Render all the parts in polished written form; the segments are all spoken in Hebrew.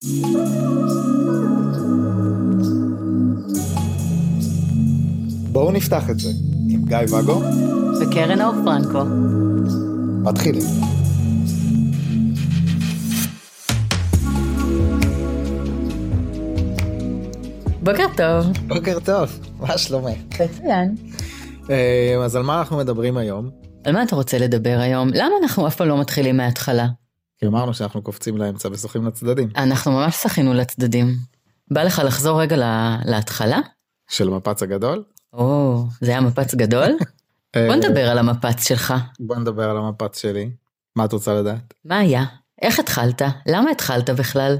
בואו נפתח את זה עם גיא וגו וקרן אור פרנקו. מתחילים. בוקר טוב. בוקר טוב, מה שלומך? מצוין. אז על מה אנחנו מדברים היום? על מה אתה רוצה לדבר היום? למה אנחנו אף פעם לא מתחילים מההתחלה? כי אמרנו שאנחנו קופצים לאמצע ושוחים לצדדים. אנחנו ממש שחינו לצדדים. בא לך לחזור רגע להתחלה? של המפץ הגדול? או, זה היה מפץ גדול? בוא נדבר על המפץ שלך. בוא נדבר על המפץ שלי. מה את רוצה לדעת? מה היה? איך התחלת? למה התחלת בכלל?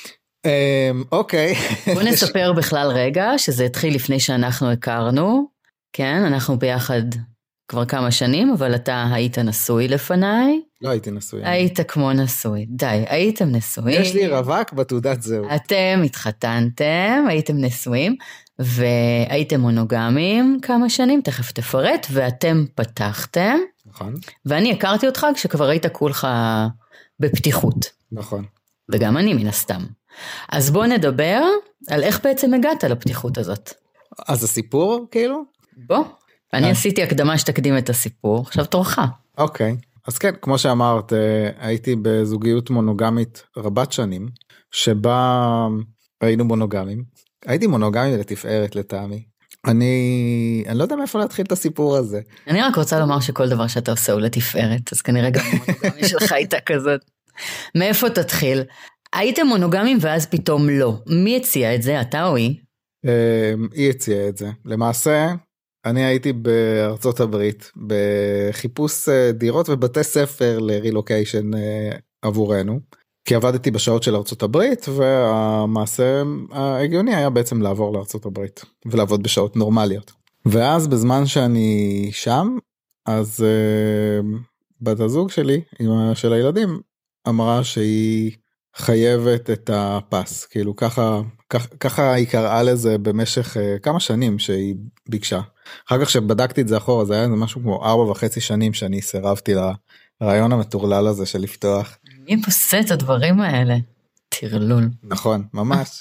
אוקיי. בוא נספר בכלל רגע שזה התחיל לפני שאנחנו הכרנו. כן, אנחנו ביחד כבר כמה שנים, אבל אתה היית נשוי לפניי. לא הייתי נשוי. היית כמו נשוי. די, הייתם נשואים. יש לי רווק בתעודת זהות. אתם התחתנתם, הייתם נשואים, והייתם מונוגמים כמה שנים, תכף תפרט, ואתם פתחתם. נכון. ואני הכרתי אותך כשכבר היית כולך בפתיחות. נכון. וגם אני מן הסתם. אז בוא נדבר על איך בעצם הגעת לפתיחות הזאת. אז הסיפור כאילו? בוא. אני עשיתי הקדמה שתקדים את הסיפור, עכשיו תורך. אוקיי. אז כן, כמו שאמרת, הייתי בזוגיות מונוגמית רבת שנים, שבה היינו מונוגמים. הייתי מונוגמי לתפארת לטעמי. אני לא יודע מאיפה להתחיל את הסיפור הזה. אני רק רוצה לומר שכל דבר שאתה עושה הוא לתפארת, אז כנראה גם המונוגמי שלך הייתה כזאת. מאיפה תתחיל? הייתם מונוגמים ואז פתאום לא. מי הציע את זה, אתה או היא? היא הציעה את זה. למעשה, אני הייתי בארצות הברית, בחיפוש דירות ובתי ספר לרילוקיישן עבורנו, כי עבדתי בשעות של ארצות הברית, והמעשה ההגיוני היה בעצם לעבור לארצות הברית, ולעבוד בשעות נורמליות. ואז בזמן שאני שם, אז בת הזוג שלי, אמא של הילדים, אמרה שהיא חייבת את הפס, כאילו ככה היא קראה לזה במשך כמה שנים שהיא ביקשה. אחר כך שבדקתי את זה אחורה, זה היה משהו כמו 4.5 שנים שאני סירבתי לרעיון המטורלל הזה של לפתוח. מי פוסט את הדברים האלה? תרלול. נכון, ממש.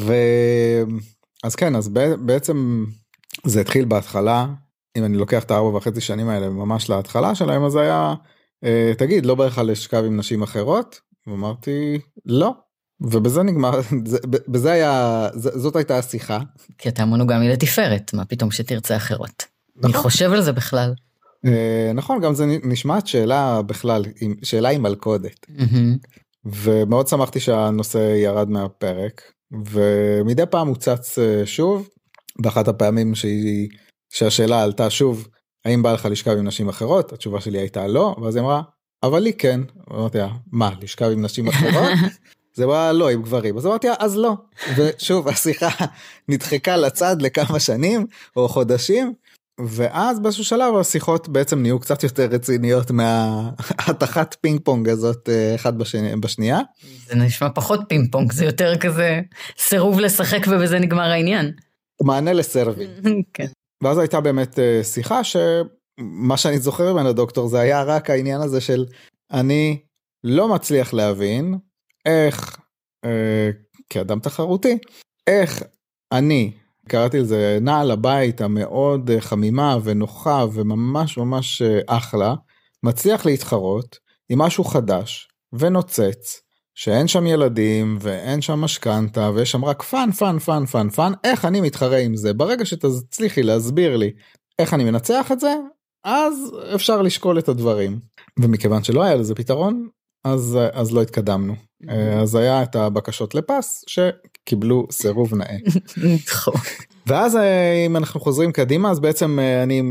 אז כן, אז בעצם זה התחיל בהתחלה, אם אני לוקח את 4.5 שנים האלה ממש להתחלה שלהם, אז היה, תגיד, לא ברך לשכב עם נשים אחרות? ואמרתי, לא. ובזה נגמר, זאת הייתה השיחה. כי אתה מונוגמי לתפארת, מה פתאום שתרצה אחרות. אני חושב על זה בכלל. נכון, גם זה נשמעת שאלה בכלל, שאלה עם מלכודת. ומאוד שמחתי שהנושא ירד מהפרק, ומדי פעם הוא צץ שוב, באחת הפעמים שהשאלה עלתה שוב, האם בא לך לשכב עם נשים אחרות? התשובה שלי הייתה לא, ואז היא אמרה, אבל לי כן. אמרתי, מה, לשכב עם נשים אחרות? זה בא לא עם גברים, אז אמרתי, אז לא. ושוב, השיחה נדחקה לצד לכמה שנים או חודשים, ואז באיזשהו שלב השיחות בעצם נהיו קצת יותר רציניות מההתחת פינג פונג הזאת אחד בשנייה. זה נשמע פחות פינג פונג, זה יותר כזה סירוב לשחק ובזה נגמר העניין. מענה לסרבים. כן. ואז הייתה באמת שיחה שמה שאני זוכר בין הדוקטור זה היה רק העניין הזה של אני לא מצליח להבין איך, כאדם תחרותי, איך אני, קראתי לזה, נעל הבית המאוד חמימה ונוחה וממש ממש אחלה, מצליח להתחרות עם משהו חדש ונוצץ, שאין שם ילדים ואין שם משכנתה ויש שם רק פן פן פן פן פן, איך אני מתחרה עם זה? ברגע שתצליחי להסביר לי איך אני מנצח את זה, אז אפשר לשקול את הדברים. ומכיוון שלא היה לזה פתרון, אז לא התקדמנו. אז היה את הבקשות לפס שקיבלו סירוב נאה. ואז אם אנחנו חוזרים קדימה, אז בעצם אני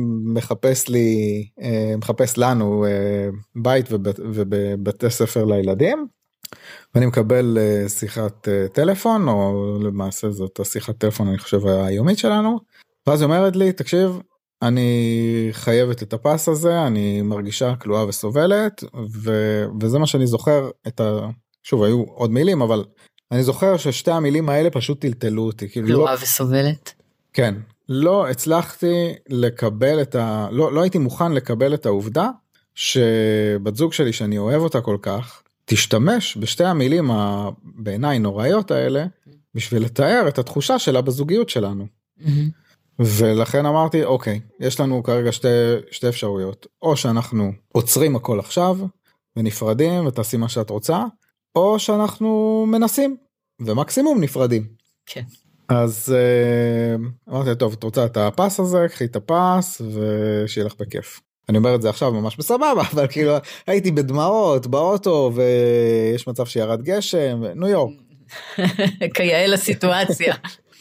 מחפש לנו בית ובבתי ספר לילדים, ואני מקבל שיחת טלפון, או למעשה זאת השיחת טלפון אני חושב היומית שלנו, ואז היא אומרת לי, תקשיב, אני חייבת את הפס הזה, אני מרגישה כלואה וסובלת, וזה מה שאני זוכר, שוב, היו עוד מילים, אבל אני זוכר ששתי המילים האלה פשוט טלטלו אותי. כלואה וסובלת? כן, לא הצלחתי לקבל לא הייתי מוכן לקבל את העובדה, שבת זוג שלי שאני אוהב אותה כל כך, תשתמש בשתי המילים בעיניי נוראיות האלה, בשביל לתאר את התחושה שלה בזוגיות שלנו. ולכן אמרתי, אוקיי, יש לנו כרגע שתי אפשרויות, או שאנחנו עוצרים הכל עכשיו, ונפרדים ותעשי מה שאת רוצה, או שאנחנו מנסים, ומקסימום נפרדים. כן. אז אמרתי, טוב, את רוצה את הפס הזה, קחי את הפס, ושיהיה לך בכיף. אני אומר את זה עכשיו ממש בסבבה, אבל כאילו הייתי בדמעות, באוטו, ויש מצב שירד גשם, ניו יורק. כיאה לסיטואציה.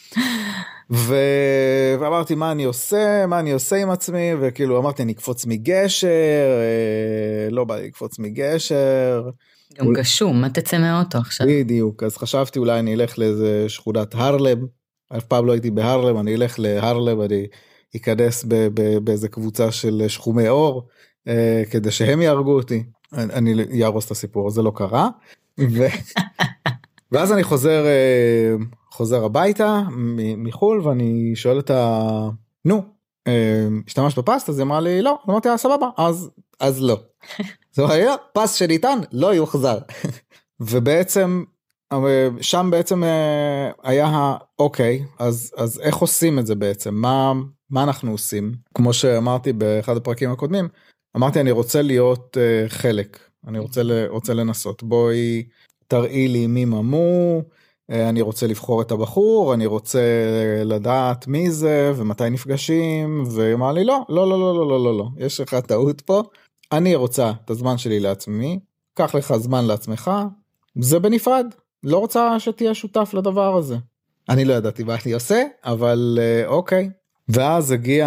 ואמרתי מה אני עושה עם עצמי, וכאילו אמרתי אני אקפוץ מגשר, לא בא לי לקפוץ מגשר. גם גשום, מה תצא מהאוטו עכשיו? בדיוק, אז חשבתי אולי אני אלך לאיזה שכונת הרלם, אף פעם לא הייתי בהרלם, אני אלך להרלם, אני אכנס באיזה קבוצה של שחומי אור, כדי שהם יהרגו אותי, אני יארוס את הסיפור, זה לא קרה, ואז אני חוזר הביתה מחול, ואני שואל אותה, נו, השתמש בפסט, אז היא אמרה לי, לא, אמרתי, סבבה, אז לא. זה היה פס שניתן, לא יוחזר. ובעצם, שם בעצם היה, אוקיי, אז איך עושים את זה בעצם? מה אנחנו עושים? כמו שאמרתי באחד הפרקים הקודמים, אמרתי, אני רוצה להיות חלק, אני רוצה לנסות, בואי תראי לי מי ממו, אני רוצה לבחור את הבחור, אני רוצה לדעת מי זה, ומתי נפגשים, ואמר לי, לא, יש לך טעות פה, אני רוצה את הזמן שלי לעצמי, קח לך זמן לעצמך, זה בנפרד, לא רוצה שתהיה שותף לדבר הזה. אני לא ידעתי מה אני עושה, אבל אוקיי. ואז הגיע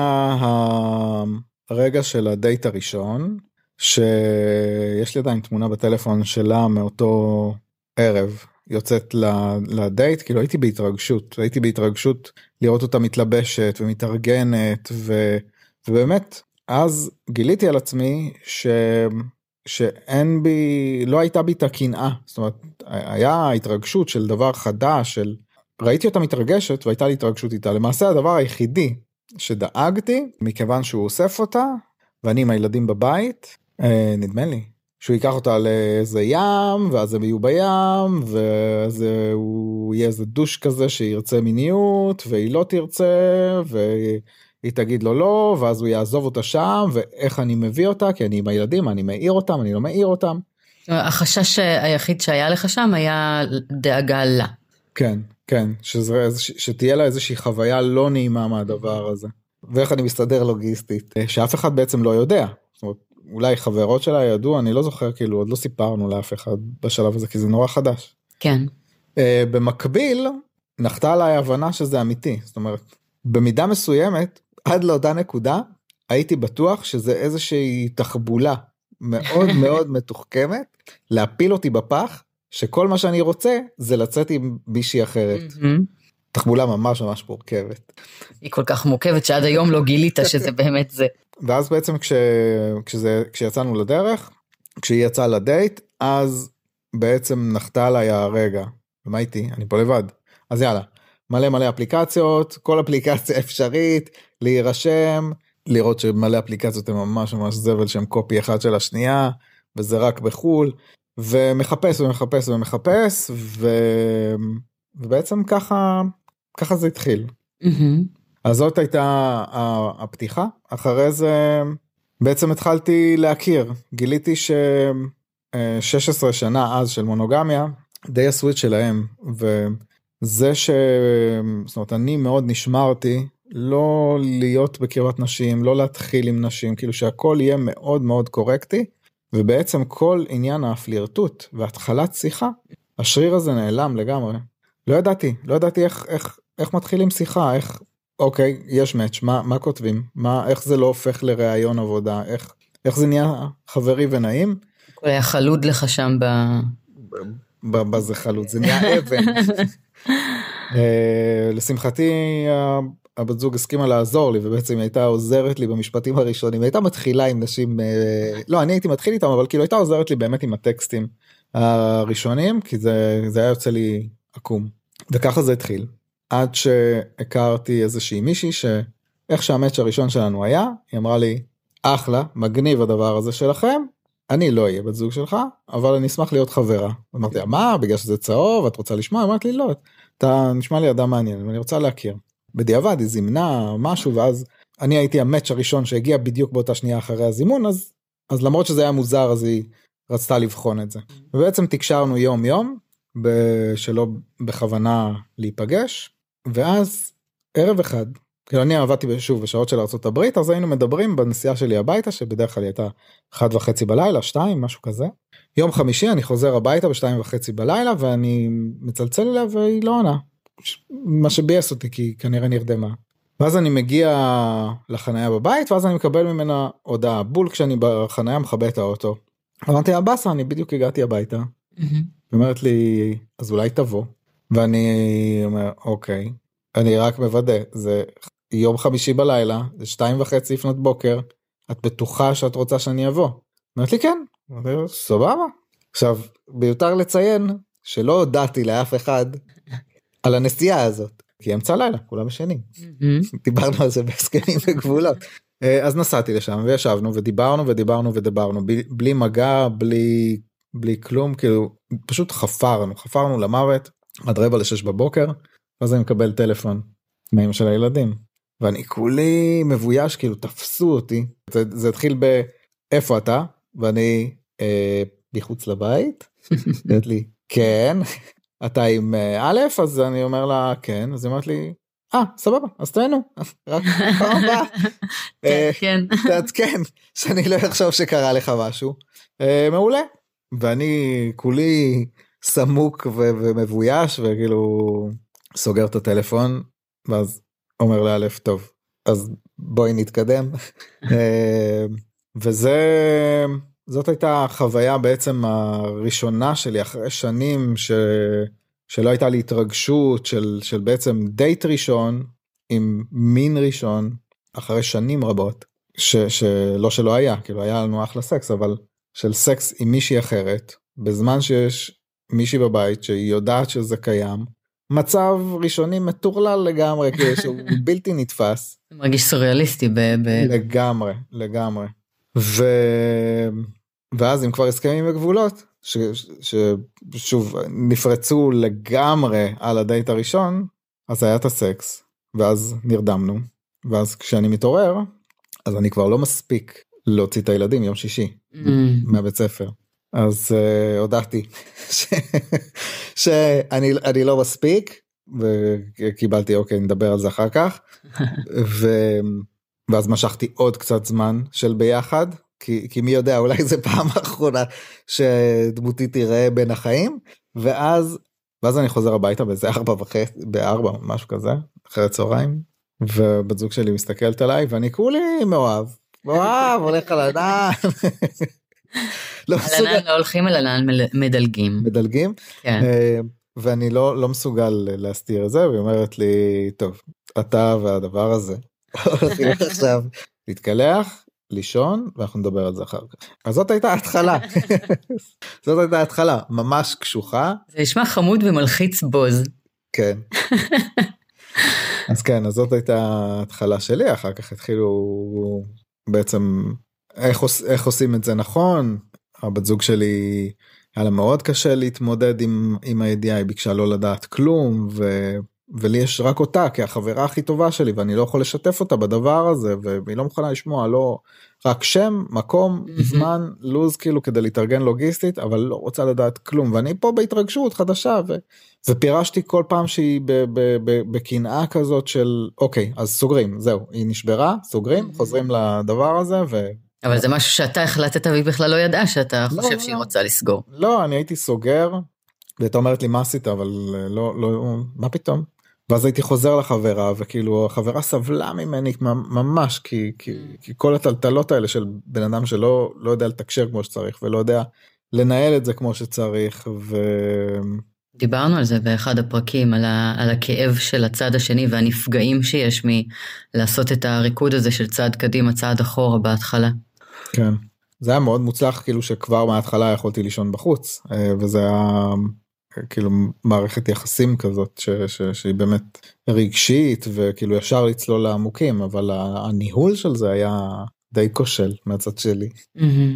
הרגע של הדייט הראשון, שיש לי עדיין תמונה בטלפון שלה מאותו ערב, יוצאת לדייט, כאילו הייתי בהתרגשות לראות אותה מתלבשת ומתארגנת, ובאמת, אז גיליתי על עצמי שאין בי, לא הייתה בי את הקנאה, זאת אומרת, היה התרגשות של דבר חדש, ראיתי אותה מתרגשת והייתה לי התרגשות איתה, למעשה הדבר היחידי שדאגתי, מכיוון שהוא אוסף אותה, ואני עם הילדים בבית, נדמה לי, שהוא ייקח אותה לאיזה ים, ואז הם יהיו בים, ואז הוא יהיה איזה דוש כזה שירצה מיניות, והיא לא תרצה, והיא תגיד לו לא, ואז הוא יעזוב אותה שם, ואיך אני מביא אותה, כי אני עם הילדים, אני מעיר אותם, אני לא מעיר אותם. החשש היחיד שהיה לך שם היה דאגה לה. כן, כן, שתהיה לה איזושהי חוויה לא נעימה מהדבר הזה. ואיך אני מסתדר לוגיסטית, שאף אחד בעצם לא יודע. זאת אומרת, אולי חברות שלה ידעו, אני לא זוכר, כאילו עוד לא סיפרנו לאף אחד בשלב הזה, כי זה נורא חדש. כן. במקביל, נחתה עליי הבנה שזה אמיתי. זאת אומרת, במידה מסוימת, עד לאותה נקודה, הייתי בטוח שזה איזושהי תחבולה מאוד מאוד מתוחכמת, להפיל אותי בפח, שכל מה שאני רוצה זה לצאת עם בישי אחרת. תחבולה ממש ממש מורכבת. היא כל כך מורכבת שעד היום לא גילית שזה באמת זה. ואז בעצם כשיצאנו לדרך, כשהיא יצאה לדייט, אז בעצם נחתה עליי הרגע. ומה איתי? אני פה לבד. אז יאללה, מלא אפליקציות, כל אפליקציה אפשרית, להירשם, לראות שמלא אפליקציות הן ממש ממש זבל שהן קופי אחד של השנייה, וזה רק בחול, ומחפש, ובעצם ככה זה התחיל. אז זאת הייתה הפתיחה, אחרי זה בעצם התחלתי להכיר, גיליתי ש16 שנה אז של מונוגמיה, די הסוויץ' שלהם, וזה זאת אומרת, אני מאוד נשמרתי, לא להיות בקרבת נשים, לא להתחיל עם נשים, כאילו שהכל יהיה מאוד מאוד קורקטי, ובעצם כל עניין הפלירטוט והתחלת שיחה, השריר הזה נעלם לגמרי. לא ידעתי איך מתחילים שיחה, אוקיי, יש מאץ', מה כותבים? איך זה לא הופך לראיון עבודה? איך זה נהיה חברי ונעים? הכל היה חלוד לך שם בזה חלוד, זה נהיה אבן. לשמחתי, הבת זוג הסכימה לעזור לי, ובעצם הייתה עוזרת לי במשפטים הראשונים, הייתה מתחילה עם נשים, לא, אני הייתי מתחיל איתם, אבל כאילו הייתה עוזרת לי באמת עם הטקסטים הראשונים, כי זה היה יוצא לי עקום. וככה זה התחיל. עד שהכרתי איזושהי מישהי, שאיך שהמאץ' הראשון שלנו היה, היא אמרה לי, אחלה, מגניב הדבר הזה שלכם, אני לא אהיה בת זוג שלך, אבל אני אשמח להיות חברה. אמרתי, מה, בגלל שזה צהוב, את רוצה לשמוע? אמרתי לי, לא, אתה נשמע לי אדם מעניין, ואני רוצה להכיר. בדיעבד, היא זימנה משהו, ואז אני הייתי המאץ' הראשון שהגיע בדיוק באותה שנייה אחרי הזימון, אז למרות שזה היה מוזר, אז היא רצתה לבחון את זה. ובעצם תקשרנו יום יום, שלא בכוונה להיפגש, ואז ערב אחד, כאילו אני עבדתי שוב בשעות של ארצות הברית, אז היינו מדברים בנסיעה שלי הביתה, שבדרך כלל הייתה 1:30 בלילה, 2, משהו כזה. יום חמישי אני חוזר הביתה ב2:30 בלילה, ואני מצלצל אליה והיא לא עונה. מה שבייס אותי, כי כנראה נרדמה. ואז אני מגיע לחניה בבית, ואז אני מקבל ממנה הודעה, בול כשאני בחניה מכבה את האוטו. אמרתי, הבאסה, אני בדיוק הגעתי הביתה. ואומרת לי, אז אולי תבוא. ואני אומר, אוקיי, אני רק מוודא, זה יום חמישי בלילה, זה 2:30 לפנות בוקר, את בטוחה שאת רוצה שאני אבוא? אומרת לי, כן. אמרתי, סבבה. עכשיו, ביותר לציין, שלא הודעתי לאף אחד על הנסיעה הזאת, כי אמצע לילה, כולם ישנים. דיברנו על זה בהסכמים וגבולות. אז נסעתי לשם, וישבנו, ודיברנו, בלי מגע, בלי כלום, כאילו, פשוט חפרנו למוות, עד 5:45 בבוקר, ואז אני מקבל טלפון מאמא של הילדים, ואני כולי מבויש, כאילו תפסו אותי, זה התחיל איפה אתה? ואני מחוץ לבית, אומרת לי, כן, אתה עם א', אז אני אומר לה, כן, אז היא אומרת לי, סבבה, אז תהנו, רק פעם הבאה, תעדכן, שאני לא אחשוב שקרה לך משהו, מעולה, ואני כולי סמוק ומבויש, וכאילו סוגר את הטלפון, ואז אומר לאלף, טוב, אז בואי נתקדם, זאת הייתה החוויה בעצם הראשונה שלי, אחרי שנים שלא הייתה לי התרגשות, של בעצם דייט ראשון, עם מין ראשון, אחרי שנים רבות, שלא היה, כאילו היה לנו אחלה סקס, אבל של סקס עם מישהי אחרת, בזמן שיש מישהי בבית שהיא יודעת שזה קיים, מצב ראשוני מטורלל לגמרי, כאילו שהוא בלתי נתפס. זה מרגיש סוריאליסטי לגמרי. ואז אם כבר הסכמים וגבולות, ששוב נפרצו לגמרי על הדייט הראשון, אז היה את הסקס, ואז נרדמנו, ואז כשאני מתעורר, אז אני כבר לא מספיק להוציא את הילדים יום שישי, מהבית ספר. אז הודעתי שאני לא מספיק, וקיבלתי, אוקיי, נדבר על זה אחר כך, ואז משכתי עוד קצת זמן של ביחד, כי מי יודע, אולי זה פעם האחרונה שדמותי תיראה בין החיים, ואז אני חוזר הביתה באיזה 4:30, משהו כזה, אחרי הצהריים, ובת זוג שלי מסתכלת עליי, ואני כולי מאוהב, הולך על ענן, על ענן לא הולכים, על ענן מדלגים, כן. ואני לא מסוגל להסתיר את זה, והיא אומרת לי, טוב, אתה והדבר הזה, הולכים עכשיו להתקלח, לישון, ואנחנו נדבר על זה אחר כך. אז זאת הייתה ההתחלה, ממש קשוחה. זה נשמע חמוד ומלחיץ בוז. כן. אז כן, אז זאת הייתה ההתחלה שלי, אחר כך התחילו בעצם, איך עושים את זה נכון, הבת זוג שלי היה לה מאוד קשה להתמודד עם הידיעה, היא ביקשה לא לדעת כלום, ולי יש רק אותה, כי החברה הכי טובה שלי, ואני לא יכול לשתף אותה בדבר הזה, והיא לא מוכנה לשמוע, לא רק שם, מקום, זמן, לוז, כאילו, כדי להתארגן לוגיסטית, אבל לא רוצה לדעת כלום, ואני פה בהתרגשות חדשה, ופירשתי כל פעם שהיא בקנאה כזאת של, אוקיי, אז סוגרים, זהו, היא נשברה, סוגרים, חוזרים לדבר הזה, אבל זה משהו שאתה החלטת, והיא בכלל לא ידעה, שאתה חושב שהיא רוצה לסגור. לא, אני הייתי סוגר, ואתה אומרת לי מה עשית, אבל לא, מה פתאום? ואז הייתי חוזר לחברה, וכאילו החברה סבלה ממני ממש, כי כל הטלטלות האלה של בן אדם שלא יודע לתקשר כמו שצריך, ולא יודע לנהל את זה כמו שצריך, דיברנו על זה באחד הפרקים, על הכאב של הצד השני, והנפגעים שיש מלעשות את הריקוד הזה של צעד קדימה, צעד אחורה בהתחלה. כן, זה היה מאוד מוצלח, כאילו שכבר מההתחלה יכולתי לישון בחוץ, וזה היה כאילו מערכת יחסים כזאת, שהיא באמת רגשית, וכאילו ישר לצלול לעמוקים, אבל הניהול של זה היה די כושל מהצד שלי.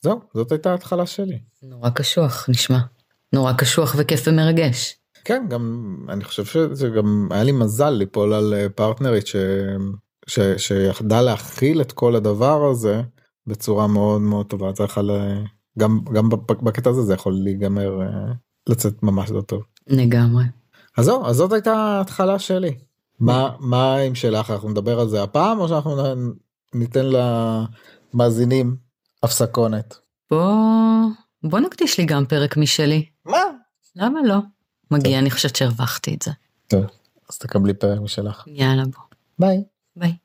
זהו, זאת הייתה ההתחלה שלי. נורא קשוח, נשמע. נורא קשוח וכיף ומרגש. כן, גם, אני חושב שזה גם, היה לי מזל ליפול על פרטנרית שיחדה להכיל את כל הדבר הזה בצורה מאוד מאוד טובה. זה יכול, גם בקטע הזה זה יכול להיגמר, לצאת ממש לא טוב. לגמרי. אז זהו, אז זאת הייתה ההתחלה שלי. מה עם שלך? אנחנו נדבר על זה הפעם, או שאנחנו ניתן למאזינים הפסקונת? בוא נקדיש לי גם פרק משלי. מה? למה לא? מגיע, אני חושבת שהרווחתי את זה. טוב, אז תקבלי פרק משלך. יאללה בוא. ביי. ביי.